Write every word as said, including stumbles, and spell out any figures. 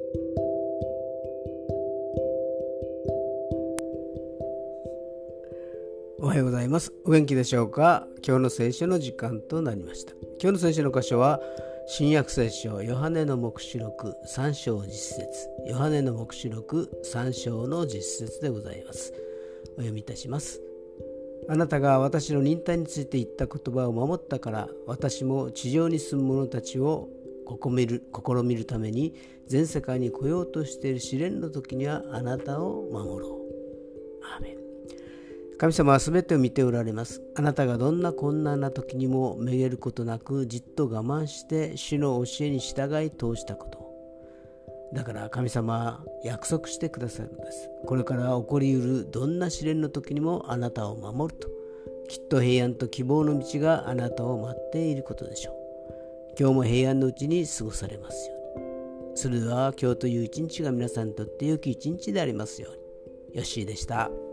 おはようございます。お元気でしょうか。今日の聖書の時間となりました。今日の聖書の箇所は新約聖書ヨハネの黙示録さん章実節、ヨハネの黙示録さん章の実節でございます。お読みいたします。あなたが私の忍耐について言った言葉を守ったから、私も地上に住む者たちを試みる、試みるために全世界に来ようとしている試練の時にはあなたを守ろう。アーメン。神様はすべてを見ておられます。あなたがどんな困難な時にもめげることなく、じっと我慢して主の教えに従い通したこと。だから神様は約束してくださるのです。これから起こりうるどんな試練の時にもあなたを守ると。きっと平安と希望の道があなたを待っていることでしょう。今日も平安のうちに過ごされますように。それでは今日という一日が皆さんにとって良き一日でありますように。よっしーでした。